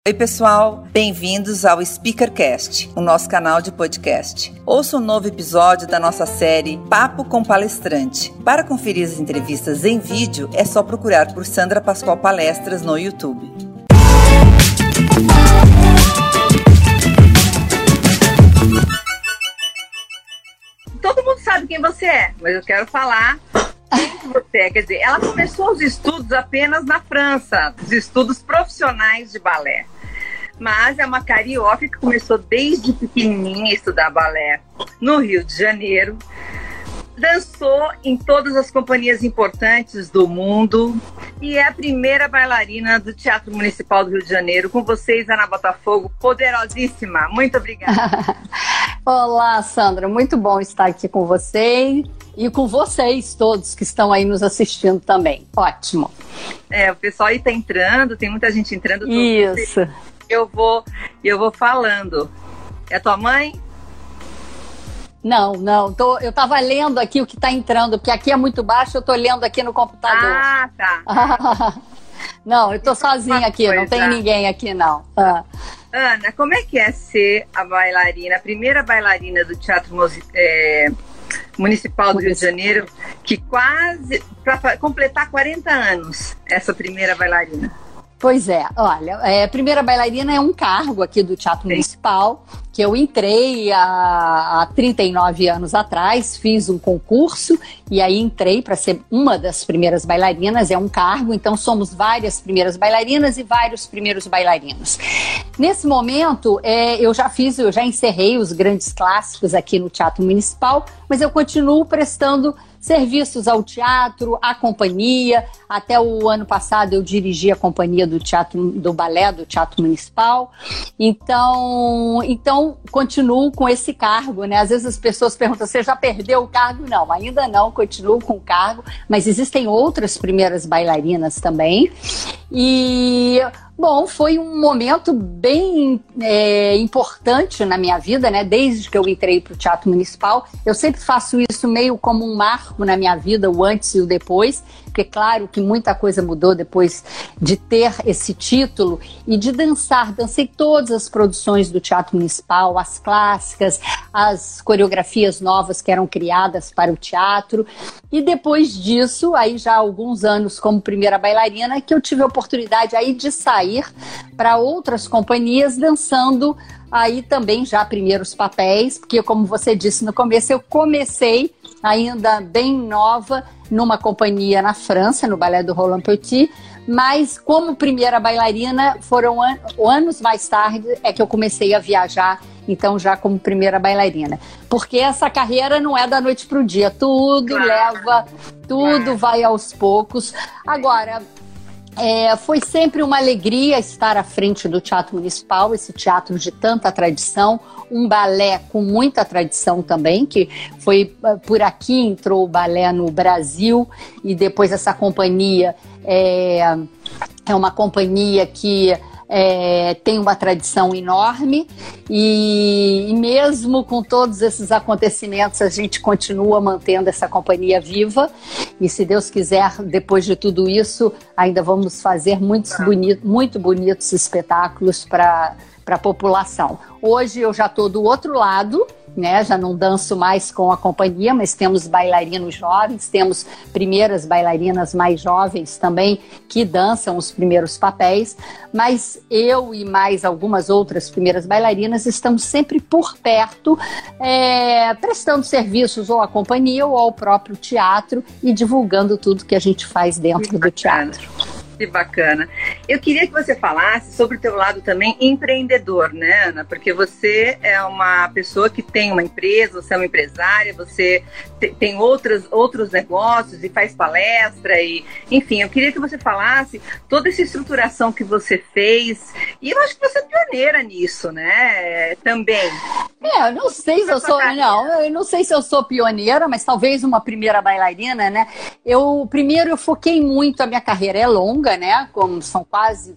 Oi pessoal, bem-vindos ao SpeakerCast, o nosso canal de podcast. Ouça um novo episódio da nossa série Papo com Palestrante. Para conferir as entrevistas em vídeo, é só procurar por Sandra Pascoal Palestras no YouTube. Todo mundo sabe quem você é, mas eu quero falar quem você é. Quer dizer, ela começou os estudos apenas na França, os estudos profissionais de balé. Mas é uma carioca que começou desde pequenininha a estudar balé no Rio de Janeiro. Dançou em todas as companhias importantes do mundo e é a primeira bailarina do Teatro Municipal do Rio de Janeiro. Com vocês, Ana Botafogo, poderosíssima. Muito obrigada. Olá, Sandra. Muito bom estar aqui com você e com vocês todos que estão aí nos assistindo também. Ótimo. O pessoal aí tá entrando, tem muita gente entrando. Isso. Eu vou falando. É tua mãe? Não. Eu tava lendo aqui o que tá entrando, porque aqui é muito baixo, eu tô lendo aqui no computador. Ah, tá. Não, eu tô sozinha aqui, não tem ninguém aqui, não. Ana, como é que é ser a bailarina, a primeira bailarina do Teatro Municipal do Rio de Janeiro, que quase, para completar 40 anos, essa primeira bailarina? Pois é, olha, primeira bailarina é um cargo aqui do Teatro Municipal, que eu entrei há 39 anos atrás, fiz um concurso e aí entrei para ser uma das primeiras bailarinas, é um cargo, então somos várias primeiras bailarinas e vários primeiros bailarinos. Nesse momento, eu já encerrei os grandes clássicos aqui no Teatro Municipal, mas eu continuo prestando serviços ao teatro, à companhia. Até o ano passado eu dirigi a companhia do balé do Teatro Municipal. Então continuo com esse cargo, né? Às vezes as pessoas perguntam, você já perdeu o cargo? Não, ainda não, continuo com o cargo, mas existem outras primeiras bailarinas também. E bom, foi um momento bem importante na minha vida, né? Desde que eu entrei para o Teatro Municipal. Eu sempre faço isso meio como um marco na minha vida, o antes e o depois, porque claro que muita coisa mudou depois de ter esse título e de dançar. Dancei todas as produções do Teatro Municipal, as clássicas, as coreografias novas que eram criadas para o teatro. E depois disso, aí já há alguns anos como primeira bailarina, que eu tive a oportunidade aí de sair para outras companhias dançando aí também já primeiros papéis, porque como você disse no começo, eu comecei ainda bem nova numa companhia na França, no Ballet do Roland Petit, mas como primeira bailarina foram anos mais tarde é que eu comecei a viajar, então já como primeira bailarina. Porque essa carreira não é da noite para o dia, tudo vai aos poucos. Agora, foi sempre uma alegria estar à frente do Teatro Municipal, esse teatro de tanta tradição, um balé com muita tradição também, que foi por aqui entrou o balé no Brasil e depois essa companhia é uma companhia que tem uma tradição enorme e mesmo com todos esses acontecimentos a gente continua mantendo essa companhia viva e se Deus quiser, depois de tudo isso ainda vamos fazer muito bonitos espetáculos para a população. Hoje eu já estou do outro lado, né? Já não danço mais com a companhia, mas temos bailarinos jovens, temos primeiras bailarinas mais jovens também que dançam os primeiros papéis, mas eu e mais algumas outras primeiras bailarinas estamos sempre por perto, prestando serviços ou à companhia ou ao próprio teatro e divulgando tudo que a gente faz dentro do teatro. Que bacana. Eu queria que você falasse sobre o teu lado também empreendedor, né, Ana? Porque você é uma pessoa que tem uma empresa, você é uma empresária, você tem outros negócios e faz palestra e, enfim, eu queria que você falasse toda essa estruturação que você fez e eu acho que você é pioneira nisso, né? Também. Eu não sei se eu sou, eu não sei se eu sou pioneira, mas talvez uma primeira bailarina, né? Eu foquei muito, a minha carreira é longa, né? Como são quase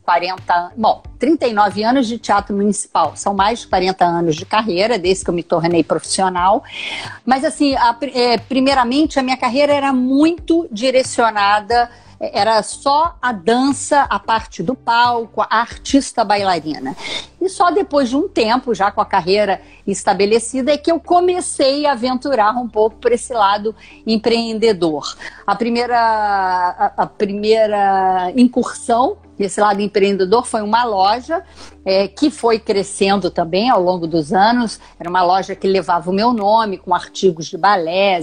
39 anos de Teatro Municipal, são mais de 40 anos de carreira, desde que eu me tornei profissional. Mas assim, primeiramente a minha carreira era muito direcionada era só a dança, a parte do palco, a artista bailarina. E só depois de um tempo, já com a carreira estabelecida, é que eu comecei a aventurar um pouco por esse lado empreendedor. A primeira incursão nesse lado empreendedor foi uma loja que foi crescendo também ao longo dos anos. Era uma loja que levava o meu nome, com artigos de balé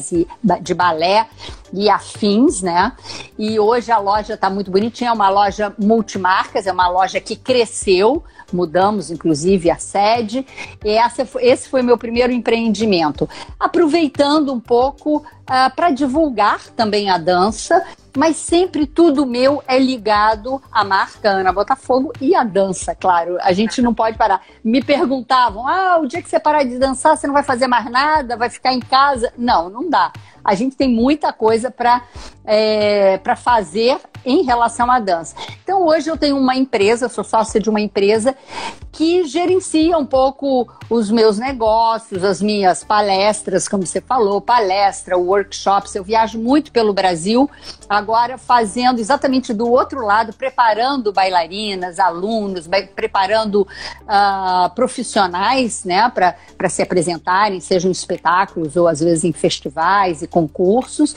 e afins, né? E hoje a loja está muito bonitinha, é uma loja multimarcas, é uma loja que cresceu, mudamos inclusive a sede. Esse foi meu primeiro empreendimento, aproveitando um pouco para divulgar também a dança, mas sempre tudo meu é ligado à marca Ana Botafogo e à dança, claro. A gente não pode parar. Me perguntavam, o dia que você parar de dançar, você não vai fazer mais nada, vai ficar em casa? Não, não dá. A gente tem muita coisa para fazer em relação à dança. Então, hoje eu tenho uma empresa, sou sócia de uma empresa que gerencia um pouco os meus negócios, as minhas palestras, como você falou, workshops. Eu viajo muito pelo Brasil, agora fazendo exatamente do outro lado, preparando bailarinas, alunos, preparando profissionais, né, para se apresentarem, sejam em espetáculos ou às vezes em festivais e concursos.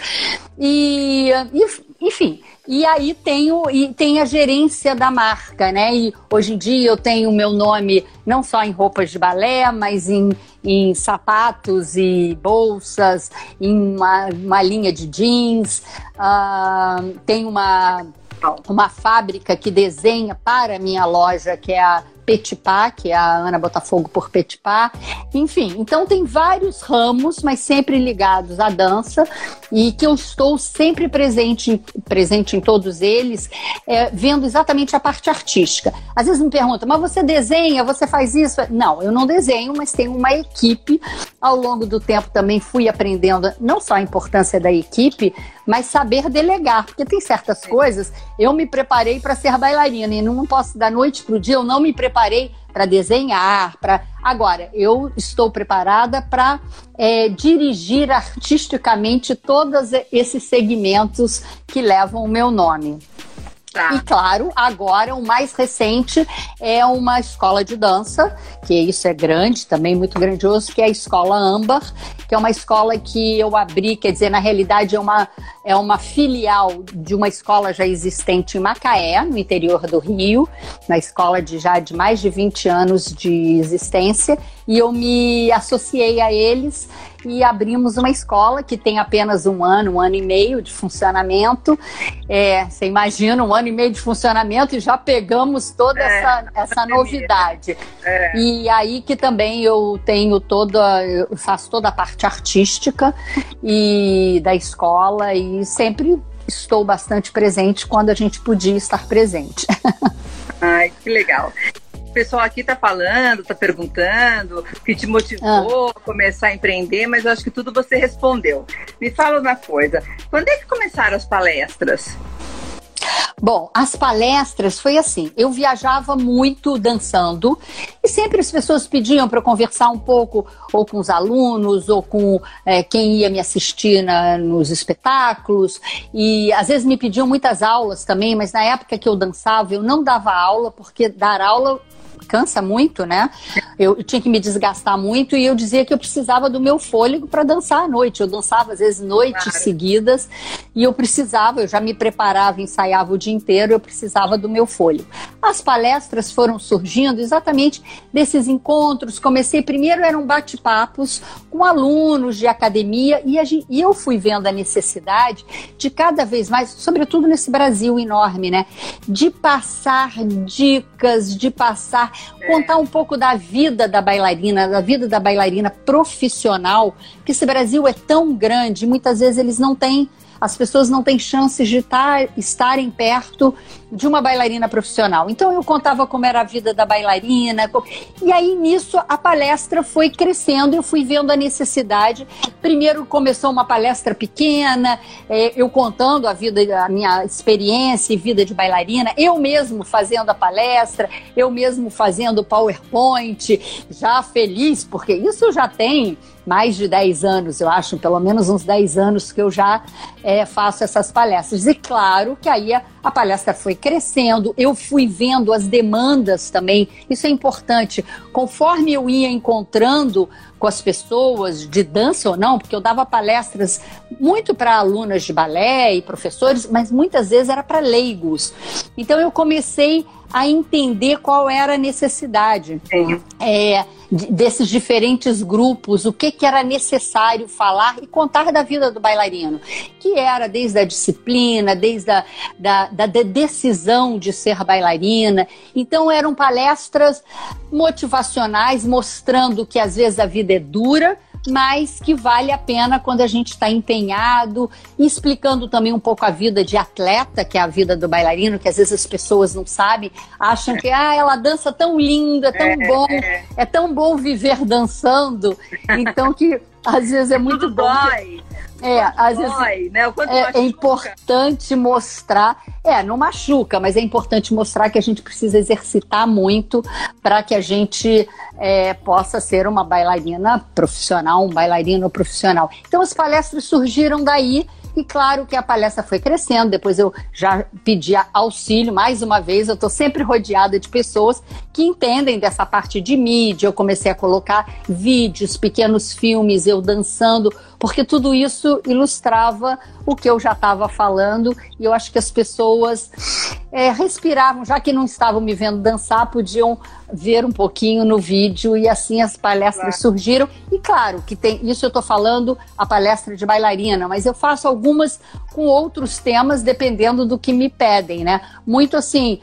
Enfim, e aí tem a gerência da marca, né? E hoje em dia eu tenho o meu nome não só em roupas de balé, mas em sapatos e bolsas, em uma linha de jeans. Tem uma fábrica que desenha para a minha loja, que é a Petipá, que é a Ana Botafogo por Petipá. Enfim, então tem vários ramos, mas sempre ligados à dança, e que eu estou sempre presente em todos eles, vendo exatamente a parte artística. Às vezes me perguntam, mas você desenha, você faz isso? Não, eu não desenho, mas tenho uma equipe. Ao longo do tempo também fui aprendendo não só a importância da equipe, mas saber delegar, porque tem certas coisas, eu me preparei para ser bailarina, e não posso, da noite para o dia, eu não me preparei para desenhar, Agora, eu estou preparada para dirigir artisticamente todos esses segmentos que levam o meu nome. Tá. E claro, agora o mais recente é uma escola de dança, que isso é grande, também muito grandioso, que é a Escola Âmbar, que é uma escola que eu abri, quer dizer, na realidade é uma filial de uma escola já existente em Macaé, no interior do Rio, uma escola de mais de 20 anos de existência, e eu me associei a eles e abrimos uma escola que tem apenas um ano e meio de funcionamento. Você imagina, 1 ano e meio de funcionamento e já pegamos toda essa novidade. E aí que também eu faço toda a parte artística e da escola, e sempre estou bastante presente quando a gente podia estar presente. Ai, que legal. O pessoal aqui tá falando, tá perguntando, o que te motivou a começar a empreender, mas eu acho que tudo você respondeu. Me fala uma coisa, quando é que começaram as palestras? Bom, as palestras foi assim, eu viajava muito dançando e sempre as pessoas pediam para eu conversar um pouco ou com os alunos ou com quem ia me assistir nos espetáculos, e às vezes me pediam muitas aulas também, mas na época que eu dançava eu não dava aula, porque dar aula cansa muito, né? Eu tinha que me desgastar muito, e eu dizia que eu precisava do meu fôlego para dançar à noite. Eu dançava às vezes noites seguidas, e eu já me preparava, ensaiava o dia inteiro, eu precisava do meu fôlego. As palestras foram surgindo exatamente desses encontros. Primeiro eram bate-papos com alunos de academia, e eu fui vendo a necessidade de cada vez mais, sobretudo nesse Brasil enorme, né? De passar dicas, contar um pouco da vida da bailarina profissional, que esse Brasil é tão grande, muitas vezes as pessoas não têm chances de estarem perto de uma bailarina profissional. Então eu contava como era a vida da bailarina, e aí nisso a palestra foi crescendo, eu fui vendo a necessidade. Primeiro começou uma palestra pequena, eu contando a minha experiência e vida de bailarina, eu mesmo fazendo a palestra, eu mesmo fazendo o PowerPoint, já feliz, porque isso já tem mais de 10 anos, eu acho, pelo menos uns 10 anos que eu já faço essas palestras. E claro que aí a palestra foi crescendo, eu fui vendo as demandas também, isso é importante. Conforme eu ia encontrando com as pessoas, de dança ou não, porque eu dava palestras muito para alunas de balé e professores, mas muitas vezes era para leigos. Então eu comecei a entender qual era a necessidade desses diferentes grupos, o que era necessário falar e contar da vida do bailarino, que era desde a disciplina, desde da decisão de ser bailarina. Então eram palestras motivacionais, mostrando que às vezes a vida é dura, mas que vale a pena quando a gente está empenhado, e explicando também um pouco a vida de atleta, que é a vida do bailarino, que às vezes as pessoas não sabem, acham que ela dança tão lindo, é tão bom viver dançando, então que às vezes é muito bom. Às vezes né? É importante mostrar, não machuca, mas é importante mostrar que a gente precisa exercitar muito para que a gente possa ser uma bailarina profissional, um bailarino profissional. Então as palestras surgiram daí. E claro que a palestra foi crescendo, depois eu já pedi auxílio, mais uma vez, eu estou sempre rodeada de pessoas que entendem dessa parte de mídia, eu comecei a colocar vídeos, pequenos filmes, eu dançando, porque tudo isso ilustrava o que eu já estava falando, e eu acho que as pessoas respiravam, já que não estavam me vendo dançar, podiam ver um pouquinho no vídeo, e assim as palestras surgiram. E claro que tem isso, eu estou falando a palestra de bailarina, mas eu faço algumas com outros temas dependendo do que me pedem, né? Muito assim,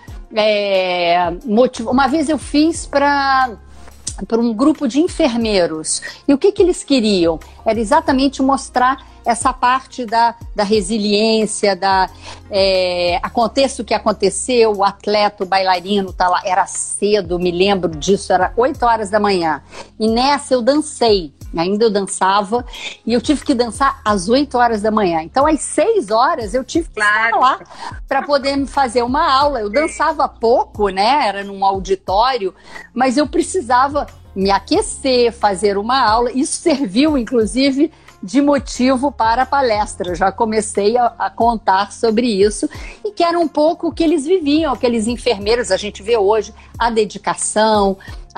uma vez eu fiz para um grupo de enfermeiros, e o que eles queriam? Era exatamente mostrar essa parte da resiliência, aconteça o que aconteceu, o atleta, o bailarino tá lá, era cedo, me lembro disso, era 8 horas da manhã, e nessa eu dancei, ainda eu dançava, e eu tive que dançar às 8 horas da manhã, então às 6 horas eu tive que estar lá para poder me fazer uma aula. Eu dançava pouco, né, era num auditório, mas eu precisava me aquecer, fazer uma aula, isso serviu inclusive de motivo para a palestra. Eu já comecei a contar sobre isso, e que era um pouco o que eles viviam, aqueles enfermeiros. A gente vê hoje a dedicação,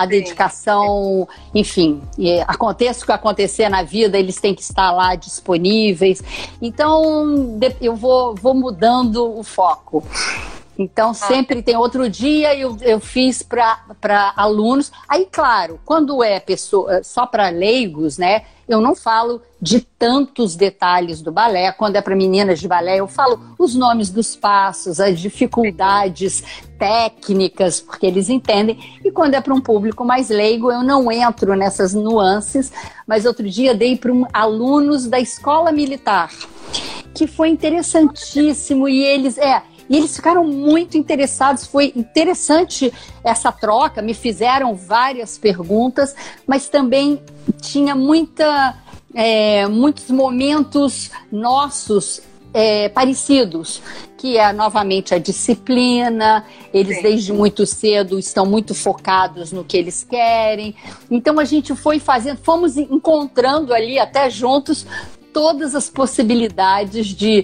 enfim, aconteça o que acontecer na vida, eles têm que estar lá disponíveis. Então eu vou mudando o foco. Então, sempre tem outro dia, eu fiz para alunos. Aí, claro, quando é só para leigos, né, eu não falo de tantos detalhes do balé. Quando é para meninas de balé, eu falo os nomes dos passos, as dificuldades técnicas, porque eles entendem. E quando é para um público mais leigo, eu não entro nessas nuances. Mas outro dia dei para alunos da escola militar, que foi interessantíssimo, e eles ficaram muito interessados. Foi interessante essa troca, me fizeram várias perguntas, mas também tinha muitos momentos nossos parecidos, que é novamente a disciplina. Eles desde muito cedo estão muito focados no que eles querem. Então a gente foi fomos encontrando ali até juntos todas as possibilidades de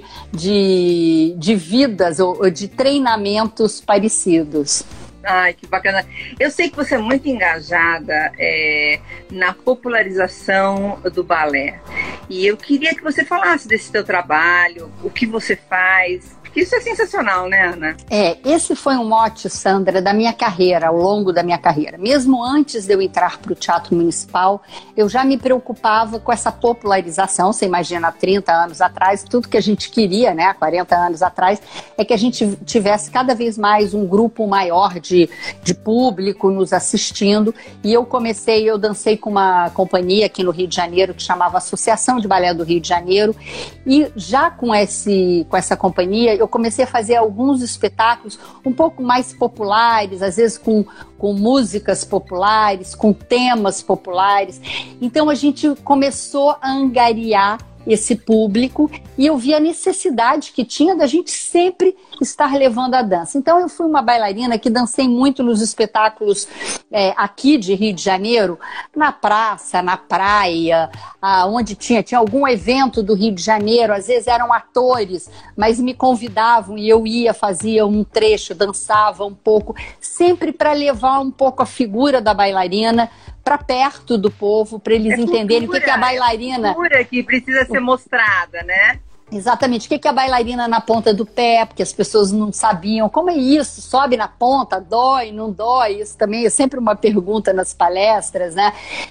vidas ou de treinamentos parecidos. Ai, que bacana. Eu sei que você é muito engajada na popularização do balé. E eu queria que você falasse desse teu trabalho, o que você faz. Porque isso é sensacional, né, Ana? Esse foi um mote, Sandra, da minha carreira, ao longo da minha carreira. Mesmo antes de eu entrar para o Teatro Municipal, eu já me preocupava com essa popularização. Você imagina, há 30 anos atrás, tudo que a gente queria, né, há 40 anos atrás, é que a gente tivesse cada vez mais um grupo maior de público nos assistindo. E eu dancei com uma companhia aqui no Rio de Janeiro que chamava Associação de Balé do Rio de Janeiro, e já com essa companhia eu comecei a fazer alguns espetáculos um pouco mais populares, às vezes com músicas populares, com temas populares. Então a gente começou a angariar esse público, e eu vi a necessidade que tinha da gente sempre estar levando a dança. Então eu fui uma bailarina que dancei muito nos espetáculos aqui de Rio de Janeiro, na praça, na praia, onde tinha algum evento do Rio de Janeiro, às vezes eram atores, mas me convidavam e eu ia, fazia um trecho, dançava um pouco, sempre para levar um pouco a figura da bailarina para perto do povo, para eles entenderem o que é a bailarina. É cultura que precisa ser mostrada, né? Exatamente, o que é a bailarina na ponta do pé, porque as pessoas não sabiam como é isso, sobe na ponta, dói, não dói, isso também é sempre uma pergunta nas palestras, né?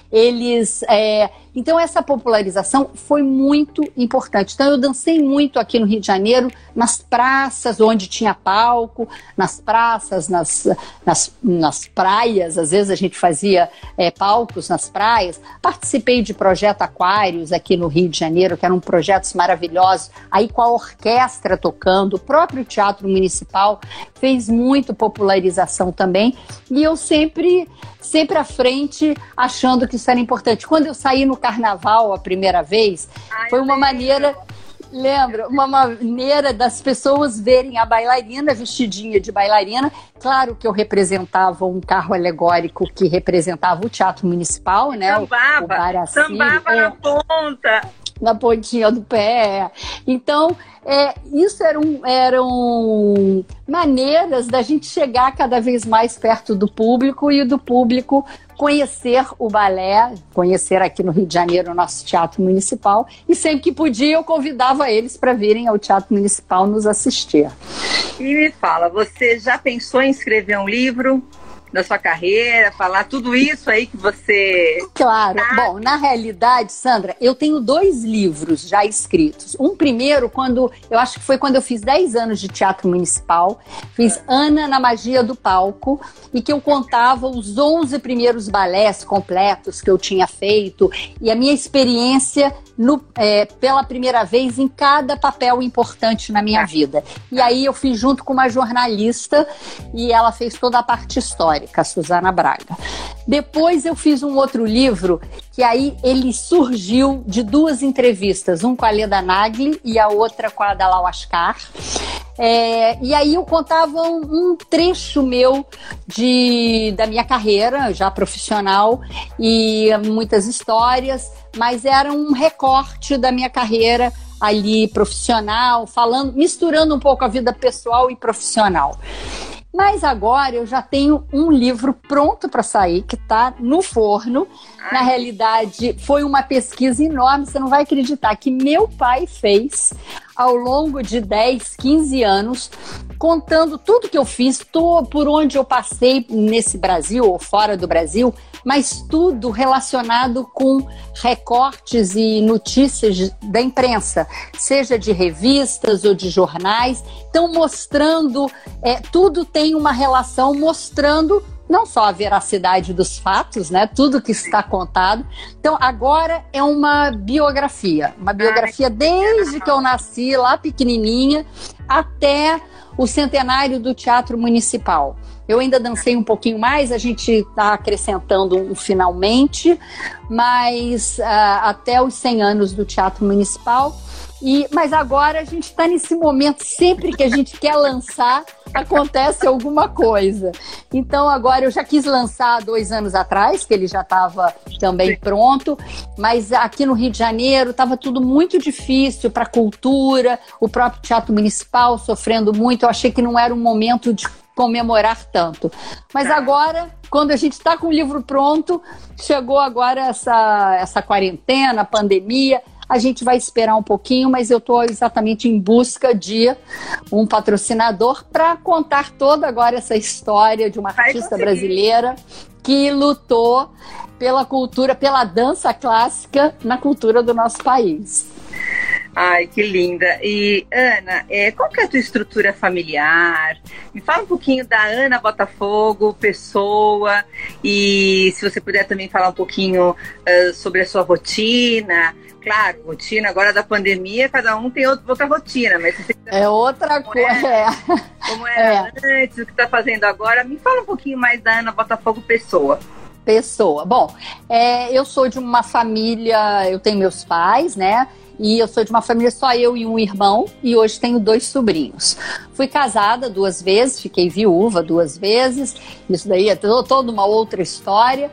Então essa popularização foi muito importante. Então eu dancei muito aqui no Rio de Janeiro, nas praças onde tinha palco, nas praças, nas praias, às vezes a gente fazia palcos nas praias. Participei de Projeto Aquários aqui no Rio de Janeiro, que eram projetos maravilhosos, aí com a orquestra tocando, o próprio Teatro Municipal fez muito popularização também, e eu sempre à frente, achando que isso era importante. Quando eu saí no Carnaval a primeira vez, foi uma maneira... Lembra? Uma maneira das pessoas verem a bailarina vestidinha de bailarina. Claro que eu representava um carro alegórico que representava o Teatro Municipal, né? Sambava na ponta. Na pontinha do pé. Então, isso eram maneiras da gente chegar cada vez mais perto do público e do público conhecer o balé, conhecer aqui no Rio de Janeiro o nosso Teatro Municipal, e sempre que podia eu convidava eles para virem ao Teatro Municipal nos assistir. E me fala, você já pensou em escrever um livro da sua carreira, falar tudo isso aí que você... Claro. Bom, na realidade, Sandra, eu tenho 2 livros já escritos. Um primeiro, eu acho que foi quando eu fiz 10 anos de Teatro Municipal, fiz Ana na Magia do Palco, e que eu contava os 11 primeiros balés completos que eu tinha feito, e a minha experiência pela primeira vez em cada papel importante na minha vida. E aí eu fiz junto com uma jornalista, e ela fez toda a parte histórica, a Suzana Braga. Depois eu fiz um outro livro, que aí ele surgiu de 2 entrevistas, um com a Leda Nagli e a outra com a Dalal Ascar. E aí eu contava um trecho meu da minha carreira já profissional, e muitas histórias, mas era um recorte da minha carreira ali profissional, misturando um pouco a vida pessoal e profissional. Mas agora eu já tenho um livro pronto para sair, que está no forno. Na realidade, foi uma pesquisa enorme, você não vai acreditar, que meu pai fez ao longo de 10, 15 anos, contando tudo que eu fiz, por onde eu passei nesse Brasil ou fora do Brasil, mas tudo relacionado com recortes e notícias da imprensa, seja de revistas ou de jornais. Então, mostrando, tudo tem uma relação, mostrando não só a veracidade dos fatos, né, tudo que está contado. Então, agora é uma biografia desde que eu nasci, lá pequenininha, até o centenário do Teatro Municipal. Eu ainda dancei um pouquinho mais, a gente está acrescentando um finalmente, mas até os 100 anos do Teatro Municipal. Mas agora a gente está nesse momento, sempre que a gente quer lançar, acontece alguma coisa. Então agora eu já quis lançar 2 anos atrás, que ele já estava também pronto, mas aqui no Rio de Janeiro estava tudo muito difícil para a cultura, o próprio Teatro Municipal sofrendo muito. Eu achei que não era um momento de comemorar tanto. Mas agora, quando a gente está com o livro pronto, chegou agora essa quarentena, pandemia, a gente vai esperar um pouquinho, mas eu estou exatamente em busca de um patrocinador para contar toda agora essa história de uma artista brasileira que lutou pela cultura, pela dança clássica na cultura do nosso país. Ai, que linda. E, Ana, qual que é a tua estrutura familiar? Me fala um pouquinho da Ana Botafogo, pessoa, e se você puder também falar um pouquinho sobre a sua rotina. Claro, rotina agora da pandemia, cada um tem outra rotina, mas se você quiser outra coisa. Como era antes, o que está fazendo agora, me fala um pouquinho mais da Ana Botafogo, pessoa. Bom, eu sou de uma família, eu tenho meus pais, né? e eu sou de uma família só eu e um irmão, e hoje tenho 2 sobrinhos. Fui casada 2 vezes, fiquei viúva 2 vezes, isso daí é toda uma outra história,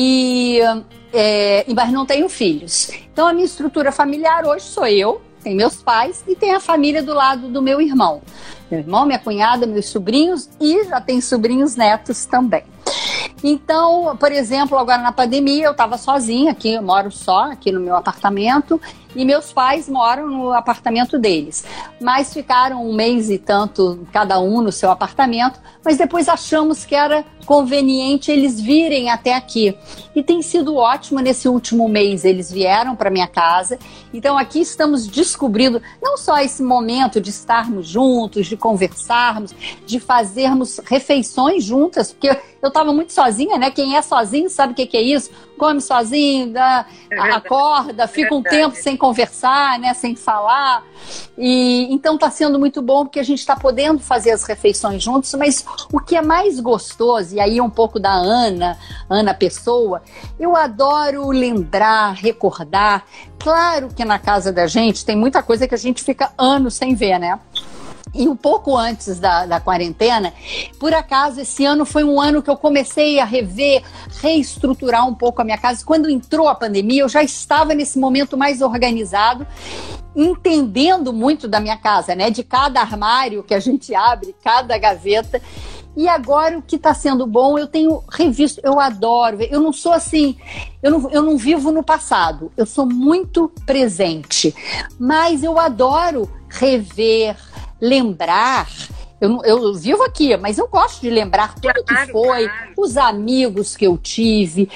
mas não tenho filhos. Então a minha estrutura familiar hoje sou eu, tem meus pais e tem a família do lado do meu irmão. Meu irmão, minha cunhada, meus sobrinhos e já tem sobrinhos netos também. Então, por exemplo, agora na pandemia eu estava sozinha aqui, eu moro só aqui no meu apartamento e meus pais moram no apartamento deles. Mas ficaram 1 mês e tanto cada um no seu apartamento, mas depois achamos que era conveniente eles virem até aqui. E tem sido ótimo nesse último mês, eles vieram para minha casa. Então aqui estamos descobrindo não só esse momento de estarmos juntos, de conversarmos, de fazermos refeições juntas, porque eu estava muito sozinha, né? Quem é sozinho sabe o que é isso? Come sozinho, acorda, fica um tempo sem conversar, né? Sem falar. E então está sendo muito bom porque a gente está podendo fazer as refeições juntos, mas o que é mais gostoso, e aí um pouco da Ana Pessoa, eu adoro lembrar, recordar. Claro que na casa da gente tem muita coisa que a gente fica anos sem ver, né? E um pouco antes da quarentena, por acaso, esse ano foi um ano que eu comecei a reestruturar um pouco a minha casa. Quando entrou a pandemia, eu já estava nesse momento mais organizado, entendendo muito da minha casa, né? De cada armário que a gente abre, cada gaveta. E agora o que está sendo bom, eu tenho revisto, eu adoro. Eu não sou assim, eu não vivo no passado, eu sou muito presente. Mas eu adoro rever, lembrar. Eu vivo aqui, mas eu gosto de lembrar tudo que foi, os amigos que eu tive,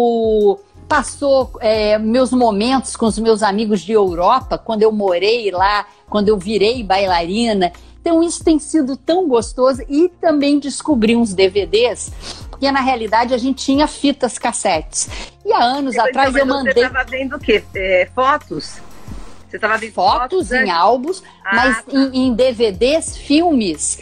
meus momentos com os meus amigos de Europa, quando eu morei lá, quando eu virei bailarina. Então isso tem sido tão gostoso, e também descobri uns DVDs, porque na realidade a gente tinha fitas cassetes. E há anos atrás eu mandei... Você estava vendo o quê? Fotos? Você estava vendo fotos em álbuns, mas em DVDs, filmes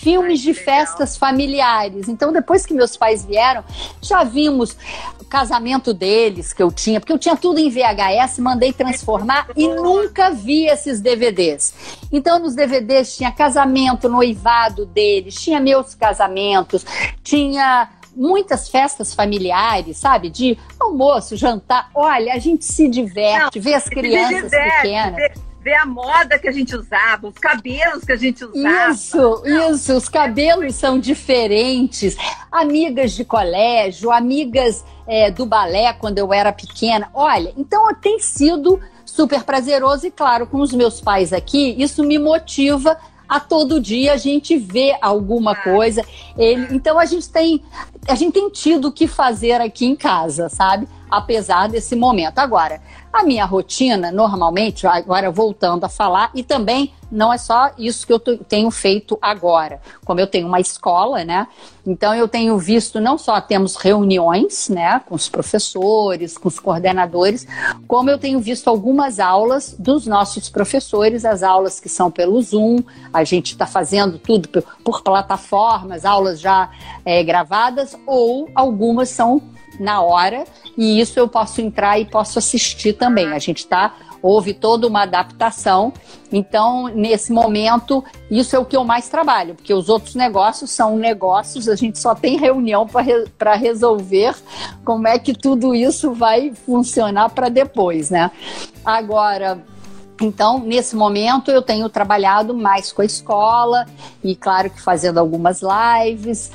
de festas familiares. Então, depois que meus pais vieram, já vimos o casamento deles que eu tinha, porque eu tinha tudo em VHS, mandei transformar e nunca vi esses DVDs. Então, nos DVDs tinha casamento, noivado deles, tinha meus casamentos, tinha muitas festas familiares, sabe? De almoço, jantar. Olha, a gente se diverte, vê as crianças pequenas. Ver a moda que a gente usava, os cabelos que a gente usava. Isso, os cabelos são diferentes. Amigas de colégio, amigas do balé quando eu era pequena. Olha, então tem sido super prazeroso e, claro, com os meus pais aqui, isso me motiva a todo dia a gente vê alguma coisa. Então a gente tem tido o que fazer aqui em casa, sabe? Apesar desse momento. Agora, a minha rotina, normalmente, agora voltando a falar, e também não é só isso que eu tenho feito agora. Como eu tenho uma escola, né? Então eu tenho visto, não só temos reuniões, né, com os professores, com os coordenadores, como eu tenho visto algumas aulas dos nossos professores, as aulas que são pelo Zoom, a gente está fazendo tudo por plataformas, aulas já gravadas, ou algumas são na hora, e isso eu posso entrar e posso assistir também. A gente houve toda uma adaptação, então nesse momento isso é o que eu mais trabalho, porque os outros negócios são negócios, a gente só tem reunião para resolver como é que tudo isso vai funcionar para depois, né? Agora, então, nesse momento, eu tenho trabalhado mais com a escola e, claro, que fazendo algumas lives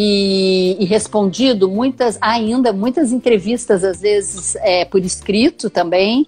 e respondido muitas entrevistas, às vezes, por escrito também.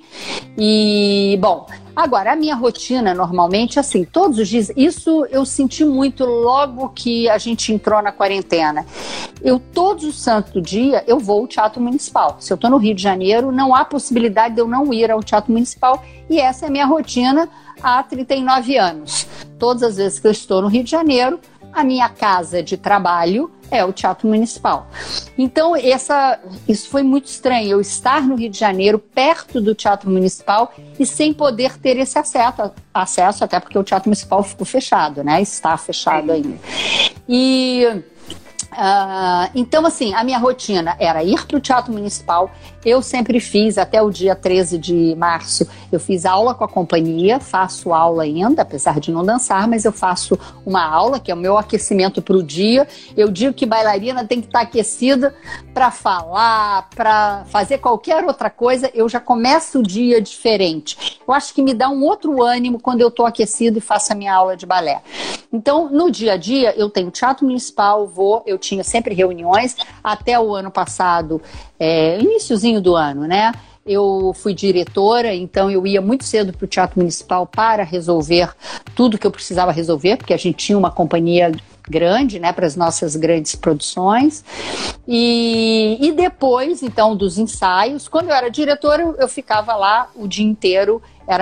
E, bom, agora, a minha rotina, normalmente, assim, todos os dias, isso eu senti muito logo que a gente entrou na quarentena. Todos os santos dias, eu vou ao Teatro Municipal. Se eu estou no Rio de Janeiro, não há possibilidade de eu não ir ao Teatro Municipal. E essa é a minha rotina há 39 anos. Todas as vezes que eu estou no Rio de Janeiro, a minha casa de trabalho é o Teatro Municipal. Então, isso foi muito estranho, eu estar no Rio de Janeiro, perto do Teatro Municipal, e sem poder ter esse acesso, até porque o Teatro Municipal ficou fechado, né? Está fechado ainda. Então, assim, a minha rotina era ir para o Teatro Municipal. Eu sempre fiz, até o dia 13 de março, eu fiz aula com a companhia, faço aula ainda, apesar de não dançar, mas eu faço uma aula, que é o meu aquecimento para o dia. Eu digo que bailarina tem que estar aquecida para falar, para fazer qualquer outra coisa. Eu já começo o dia diferente. Eu acho que me dá um outro ânimo quando eu estou aquecida e faço a minha aula de balé. Então, no dia a dia, eu tenho Teatro Municipal, eu tinha sempre reuniões, até o ano passado, iniciozinho do ano, né? Eu fui diretora, então eu ia muito cedo para o Teatro Municipal para resolver tudo que eu precisava resolver, porque a gente tinha uma companhia grande, né, para as nossas grandes produções. E depois, então, dos ensaios, quando eu era diretora, eu ficava lá o dia inteiro,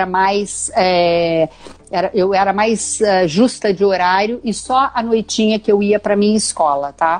eu era mais justa de horário e só à noitinha que eu ia para minha escola, tá?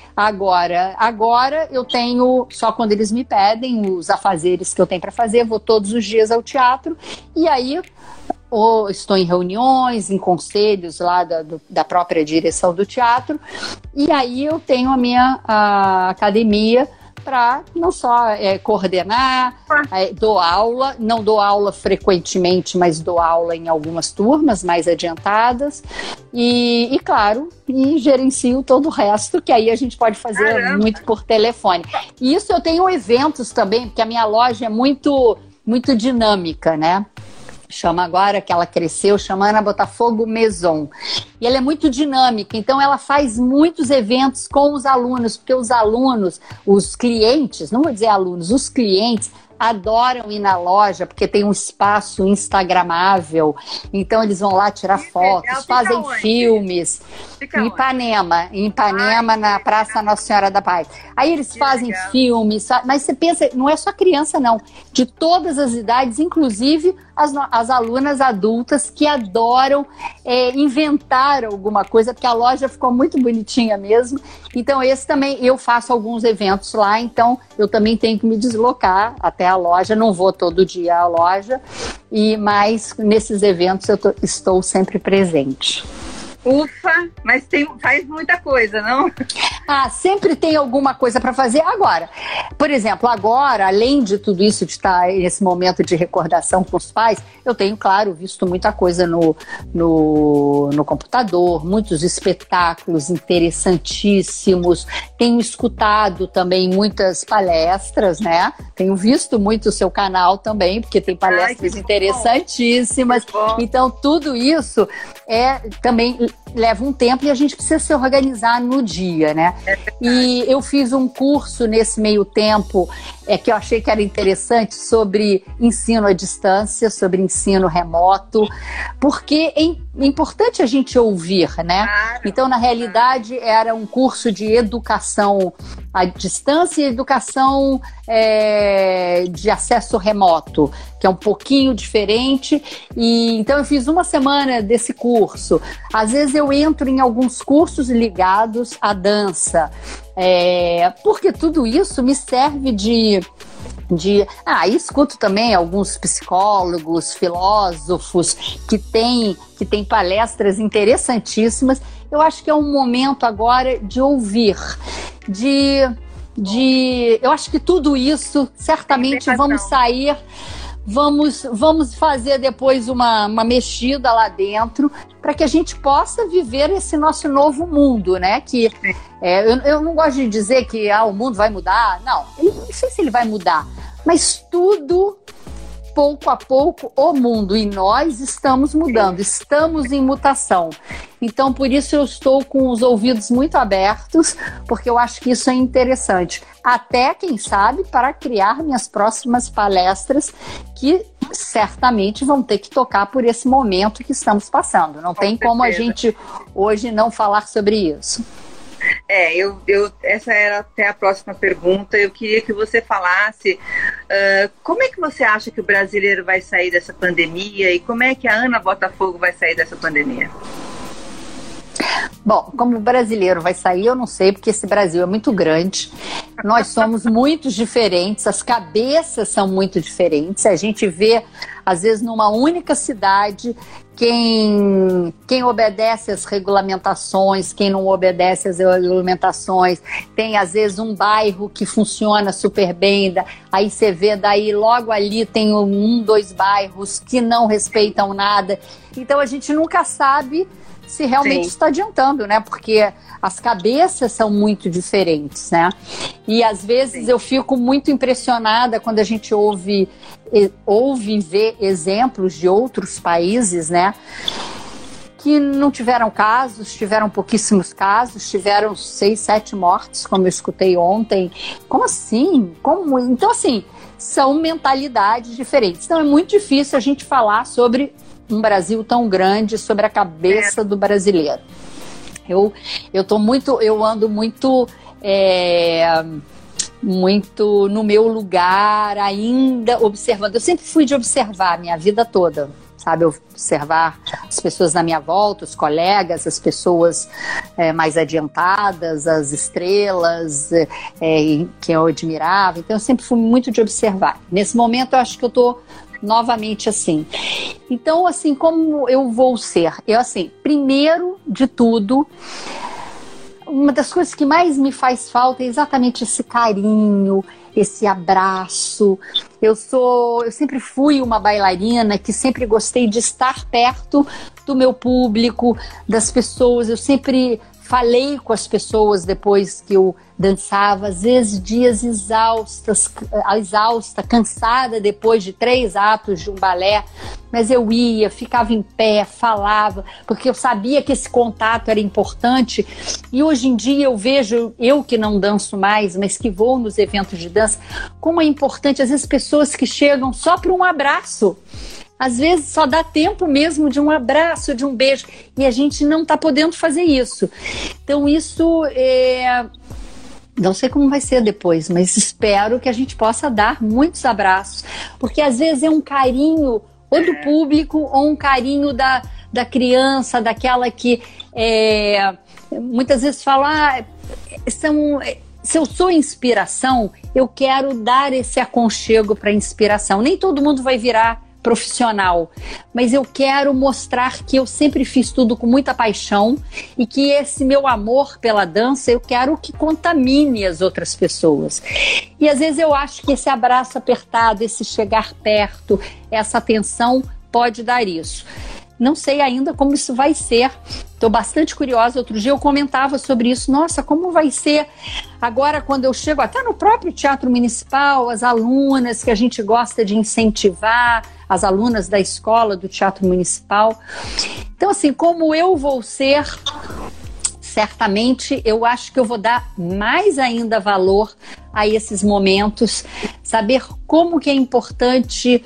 Agora eu tenho, só quando eles me pedem, os afazeres que eu tenho para fazer, vou todos os dias ao teatro, e aí ou estou em reuniões, em conselhos lá da própria direção do teatro, e aí eu tenho a minha academia para não só coordenar, dou aula, não dou aula frequentemente, mas dou aula em algumas turmas mais adiantadas e claro, gerencio todo o resto, que aí a gente pode fazer muito por telefone. E isso eu tenho eventos também, porque a minha loja é muito, muito dinâmica, né? Chama agora, que ela cresceu, chama Ana Botafogo Maison. E ela é muito dinâmica, então ela faz muitos eventos com os alunos, porque os alunos, os clientes, não vou dizer alunos, os clientes adoram ir na loja, porque tem um espaço instagramável, então eles vão lá tirar fotos, fazem filmes. Em Ipanema, na Praça Nossa Senhora da Paz. Aí eles fazem filmes, mas você pensa, não é só criança não, de todas as idades, inclusive as alunas adultas que adoram inventar alguma coisa, porque a loja ficou muito bonitinha mesmo. Então esse também, eu faço alguns eventos lá, então eu também tenho que me deslocar até a loja, não vou todo dia à loja, mas nesses eventos eu estou sempre presente. Ufa, mas faz muita coisa, não? Sempre tem alguma coisa para fazer. Agora, por exemplo, além de tudo isso, de estar nesse momento de recordação com os pais, eu tenho, claro, visto muita coisa no computador, muitos espetáculos interessantíssimos, tenho escutado também muitas palestras, né? Tenho visto muito o seu canal também, porque tem palestras interessantíssimas. Então, tudo isso também leva um tempo e a gente precisa se organizar no dia, né? E eu fiz um curso nesse meio tempo que eu achei que era interessante sobre ensino à distância, sobre ensino remoto, porque é importante a gente ouvir, né? Então, na realidade, era um curso de educação à distância e educação de acesso remoto, que é um pouquinho diferente. E então eu fiz uma semana desse curso. Às vezes eu entro em alguns cursos ligados à dança, porque tudo isso me serve escuto também alguns psicólogos, filósofos que têm palestras interessantíssimas. Eu acho que é um momento agora de ouvir, eu acho que tudo isso, certamente vamos sair, vamos fazer depois uma mexida lá dentro, para que a gente possa viver esse nosso novo mundo, né? Que eu não gosto de dizer que o mundo vai mudar, não sei se ele vai mudar, mas tudo, pouco a pouco, o mundo e nós estamos mudando, estamos em mutação. Então, por isso eu estou com os ouvidos muito abertos, porque eu acho que isso é interessante. Até, quem sabe, para criar minhas próximas palestras, que certamente vão ter que tocar por esse momento que estamos passando. Não tem como a gente hoje não falar sobre isso. Essa era até a próxima pergunta. Eu queria que você falasse como é que você acha que o brasileiro vai sair dessa pandemia e como é que a Ana Botafogo vai sair dessa pandemia? Bom, como o brasileiro vai sair, eu não sei, porque esse Brasil é muito grande. Nós somos muito diferentes, as cabeças são muito diferentes. A gente vê, às vezes, numa única cidade, quem obedece às regulamentações, quem não obedece às regulamentações. Tem, às vezes, um bairro que funciona super bem, aí você vê, daí logo ali tem 2 bairros que não respeitam nada. Então, a gente nunca sabe se realmente está adiantando, né? Porque as cabeças são muito diferentes, né? E às vezes eu fico muito impressionada quando a gente ouve e vê exemplos de outros países, né? Que não tiveram casos, tiveram pouquíssimos casos, tiveram 6, 7 mortes, como eu escutei ontem. Como assim? Então, assim, são mentalidades diferentes. Então, é muito difícil a gente falar sobre um Brasil tão grande, sobre a cabeça do brasileiro. Eu ando muito no meu lugar ainda, observando. Eu sempre fui de observar a minha vida toda, sabe? Observar as pessoas na minha volta, os colegas, as pessoas mais adiantadas, as estrelas que eu admirava. Então, eu sempre fui muito de observar. Nesse momento, eu acho que eu estou novamente assim. Então, assim, como eu vou ser? Eu, assim, primeiro de tudo, uma das coisas que mais me faz falta é exatamente esse carinho, esse abraço. Eu sempre fui uma bailarina que sempre gostei de estar perto do meu público, das pessoas. Eu sempre falei com as pessoas depois que eu dançava, às vezes dias exausta, cansada depois de 3 atos de um balé, mas eu ia, ficava em pé, falava, porque eu sabia que esse contato era importante. E hoje em dia eu vejo, eu que não danço mais, mas que vou nos eventos de dança, como é importante, às vezes, pessoas que chegam só para um abraço. Às vezes só dá tempo mesmo de um abraço, de um beijo, e a gente não está podendo fazer isso. Então isso não sei como vai ser depois, mas espero que a gente possa dar muitos abraços, porque às vezes é um carinho ou do público ou um carinho da criança, daquela que muitas vezes fala, se eu sou inspiração, eu quero dar esse aconchego para inspiração. Nem todo mundo vai virar profissional, mas eu quero mostrar que eu sempre fiz tudo com muita paixão e que esse meu amor pela dança eu quero que contamine as outras pessoas. E às vezes eu acho que esse abraço apertado, esse chegar perto, essa atenção pode dar isso. Não sei ainda como isso vai ser. Estou bastante curiosa. Outro dia eu comentava sobre isso. Nossa, como vai ser agora quando eu chego até no próprio Teatro Municipal, as alunas que a gente gosta de incentivar, as alunas da escola do Teatro Municipal. Então, assim, como eu vou ser, certamente eu acho que eu vou dar mais ainda valor a esses momentos, saber como que é importante.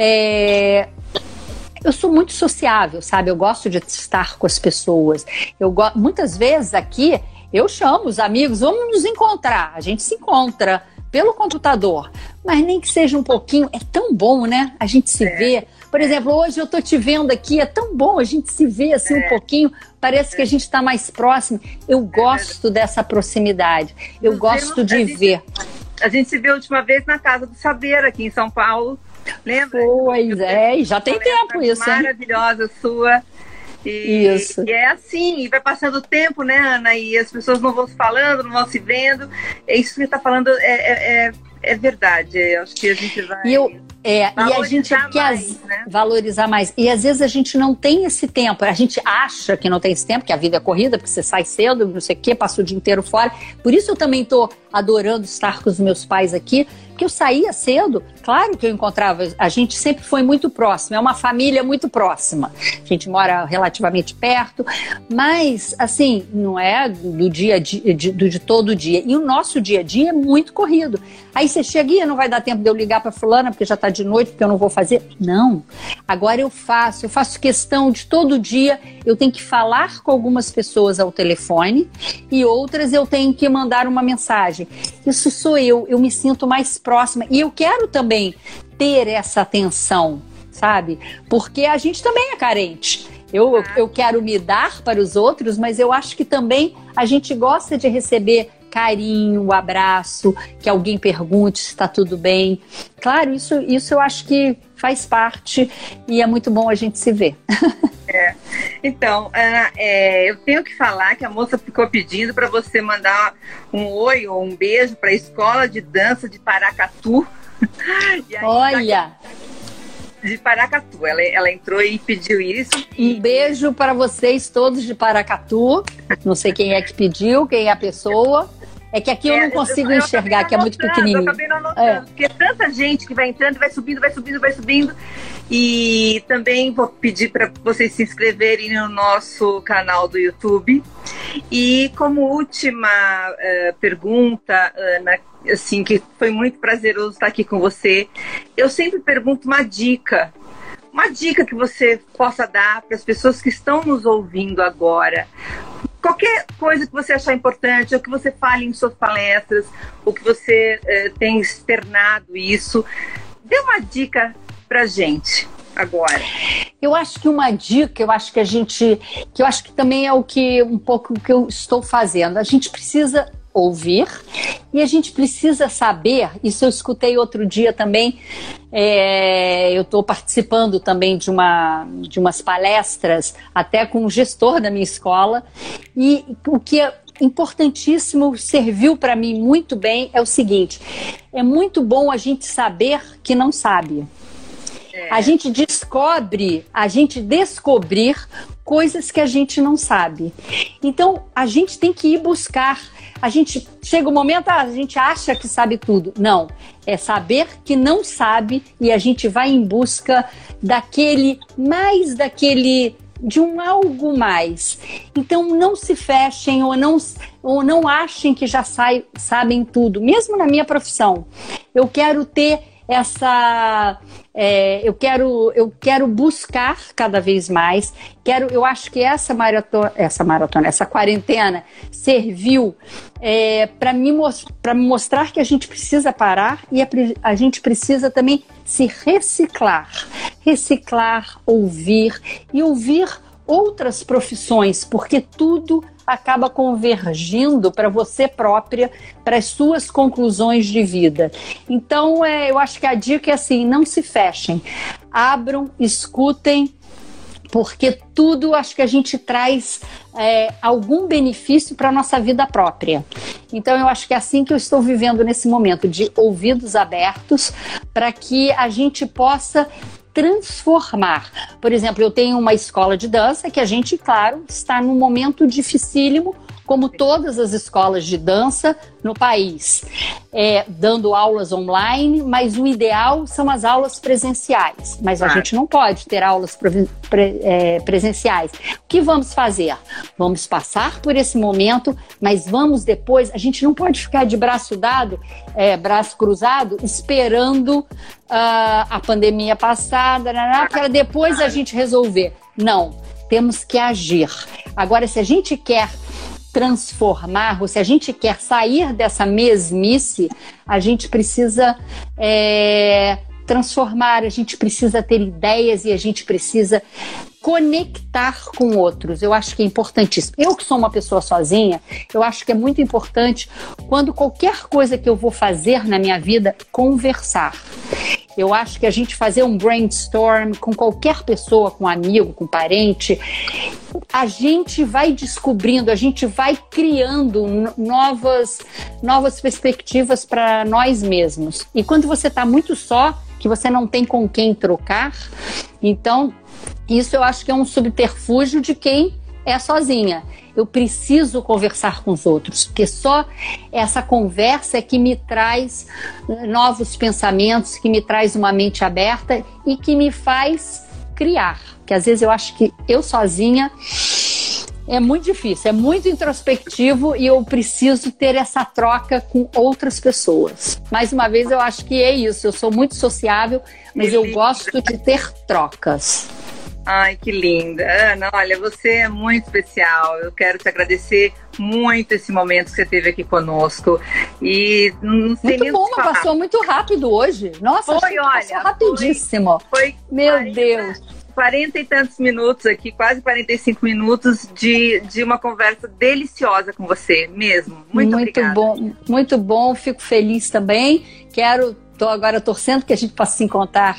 Eu sou muito sociável, sabe? Eu gosto de estar com as pessoas. Muitas vezes aqui eu chamo os amigos, vamos nos encontrar. A gente se encontra pelo computador, mas nem que seja um pouquinho. É tão bom, né? A gente se vê. Por exemplo, hoje eu tô te vendo aqui, é tão bom a gente se ver assim um pouquinho. Parece que a gente está mais próximo. Eu gosto dessa proximidade. Eu gosto de ver. A gente se viu a última vez na Casa do Saber, aqui em São Paulo. Lembra? Pois e já tem tempo isso, hein? Maravilhosa sua. Isso. E é assim, e vai passando o tempo, né, Ana? E as pessoas não vão se falando, não vão se vendo. É isso que você está falando, é verdade. Eu acho que a gente vai... E a gente quer valorizar mais. E às vezes a gente não tem esse tempo. A gente acha que não tem esse tempo, que a vida é corrida, porque você sai cedo, não sei o quê, passa o dia inteiro fora. Por isso eu também estou adorando estar com os meus pais aqui, porque eu saía cedo. Claro que eu encontrava, a gente sempre foi muito próximo, é uma família muito próxima. A gente mora relativamente perto, mas assim, não é do dia a dia, de todo dia. E o nosso dia a dia é muito corrido. Aí você chega e não vai dar tempo de eu ligar para fulana, porque já está de noite, porque eu não vou fazer. Não. Agora eu faço questão de todo dia, eu tenho que falar com algumas pessoas ao telefone e outras eu tenho que mandar uma mensagem. Isso sou eu me sinto mais próxima e eu quero também ter essa atenção, sabe? Porque a gente também é carente. Eu quero me dar para os outros, mas eu acho que também a gente gosta de receber carinho, abraço, que alguém pergunte se está tudo bem. Claro, isso eu acho que faz parte e é muito bom a gente se ver. Então, Ana, eu tenho que falar que a moça ficou pedindo para você mandar um oi ou um beijo para a Escola de Dança de Paracatu. E aí, olha! De Paracatu, ela entrou e pediu isso. Um beijo para vocês todos de Paracatu. Não sei quem é que pediu, quem é a pessoa. É que aqui eu não consigo enxergar, que é muito pequenininho. Eu acabei não anotando, porque tanta gente que vai entrando, vai subindo. E também vou pedir para vocês se inscreverem no nosso canal do YouTube. E como última pergunta, Ana, assim, que foi muito prazeroso estar aqui com você, eu sempre pergunto uma dica que você possa dar para as pessoas que estão nos ouvindo agora. Qualquer coisa que você achar importante, ou que você fale em suas palestras, ou que você tem externado isso, dê uma dica pra gente agora. Eu acho que uma dica, que eu acho que também é um pouco o que eu estou fazendo. A gente precisa ouvir e a gente precisa saber, isso eu escutei outro dia também, eu estou participando também de umas palestras, até com o gestor da minha escola, e o que é importantíssimo, serviu para mim muito bem, é o seguinte: é muito bom a gente saber que não sabe. A gente descobrir coisas que a gente não sabe. Então, a gente tem que ir buscar. A gente chega um momento, a gente acha que sabe tudo. Não, é saber que não sabe e a gente vai em busca de um algo mais. Então, não se fechem ou não achem que já sabem tudo. Mesmo na minha profissão, eu quero ter eu quero buscar cada vez mais. Eu acho que essa quarentena serviu para me mostrar que a gente precisa parar e a gente precisa também se reciclar, ouvir outras profissões, porque tudo acaba convergindo para você própria, para as suas conclusões de vida. Então, eu acho que a dica é assim: não se fechem, abram, escutem, porque tudo acho que a gente traz algum benefício para a nossa vida própria. Então, eu acho que é assim que eu estou vivendo nesse momento, de ouvidos abertos, para que a gente possa transformar. Por exemplo, eu tenho uma escola de dança que a gente, claro, está num momento dificílimo, como todas as escolas de dança no país, dando aulas online, mas o ideal são as aulas presenciais. Mas a gente não pode ter aulas presenciais. O que vamos fazer? Vamos passar por esse momento, mas vamos depois, a gente não pode ficar de braço dado, braço cruzado, esperando a pandemia passar, para depois a gente resolver. Não, temos que agir. Agora, se a gente quer transformar, ou se a gente quer sair dessa mesmice, a gente precisa transformar, a gente precisa ter ideias e a gente precisa conectar com outros. Eu acho que é importantíssimo. Eu que sou uma pessoa sozinha, eu acho que é muito importante, quando qualquer coisa que eu vou fazer na minha vida, conversar. Eu acho que a gente fazer um brainstorm com qualquer pessoa, com amigo, com parente, a gente vai descobrindo, a gente vai criando novas perspectivas para nós mesmos. E quando você está muito só, que você não tem com quem trocar, então isso eu acho que é um subterfúgio de quem é sozinha. Eu preciso conversar com os outros, porque só essa conversa é que me traz novos pensamentos, que me traz uma mente aberta e que me faz criar. Porque às vezes eu acho que eu sozinha é muito difícil, é muito introspectivo e eu preciso ter essa troca com outras pessoas. Mais uma vez, eu acho que é isso. Eu sou muito sociável, mas eu gosto de ter trocas. Ai, que linda. Ana, olha, você é muito especial. Eu quero te agradecer muito esse momento que você teve aqui conosco. E não sei muito nem bom, passou muito rápido hoje. Nossa, foi, olha, passou rapidíssimo. Foi meu Deus. 40 e tantos minutos aqui, quase 45 minutos de uma conversa deliciosa com você mesmo. Muito obrigada. Muito bom, fico feliz também. Estou agora torcendo que a gente possa se encontrar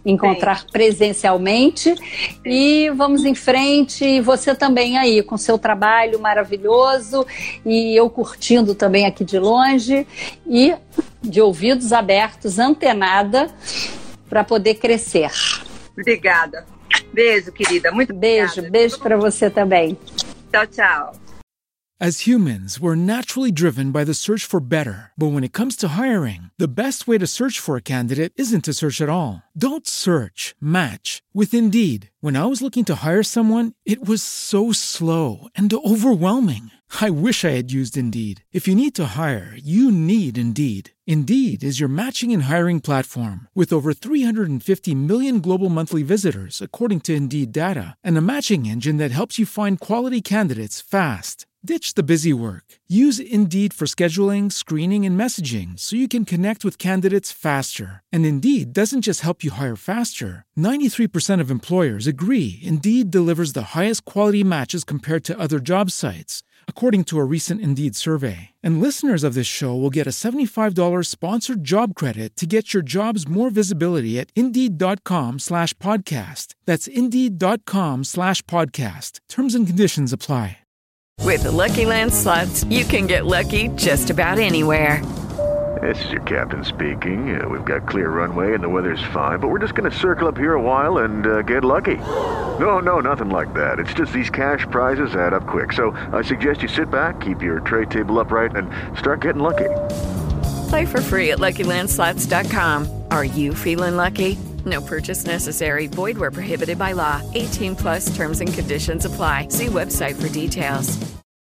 presencialmente. Sim. E vamos em frente. E você também aí, com seu trabalho maravilhoso. E eu curtindo também aqui de longe. E de ouvidos abertos, antenada, para poder crescer. Obrigada. Beijo, querida. Muito obrigada. Beijo para você também. Tchau, tchau. As humans, we're naturally driven by the search for better. But when it comes to hiring, the best way to search for a candidate isn't to search at all. Don't search, match with Indeed. When I was looking to hire someone, it was so slow and overwhelming. I wish I had used Indeed. If you need to hire, you need Indeed. Indeed is your matching and hiring platform with over 350 million global monthly visitors, according to Indeed data, and a matching engine that helps you find quality candidates fast. Ditch the busy work. Use Indeed for scheduling, screening, and messaging so you can connect with candidates faster. And Indeed doesn't just help you hire faster. 93% of employers agree Indeed delivers the highest quality matches compared to other job sites, according to a recent Indeed survey. And listeners of this show will get a $75 sponsored job credit to get your jobs more visibility at Indeed.com/podcast. That's Indeed.com/podcast. Terms and conditions apply. With the Lucky Land Slots, you can get lucky just about anywhere. This is your captain speaking. We've got clear runway and the weather's fine, but we're just going to circle up here a while and get lucky. No, nothing like that. It's just these cash prizes add up quick. So I suggest you sit back, keep your tray table upright, and start getting lucky. Play for free at LuckyLandSlots.com. Are you feeling lucky? No purchase necessary. Void where prohibited by law. 18+ terms and conditions apply. See website for details.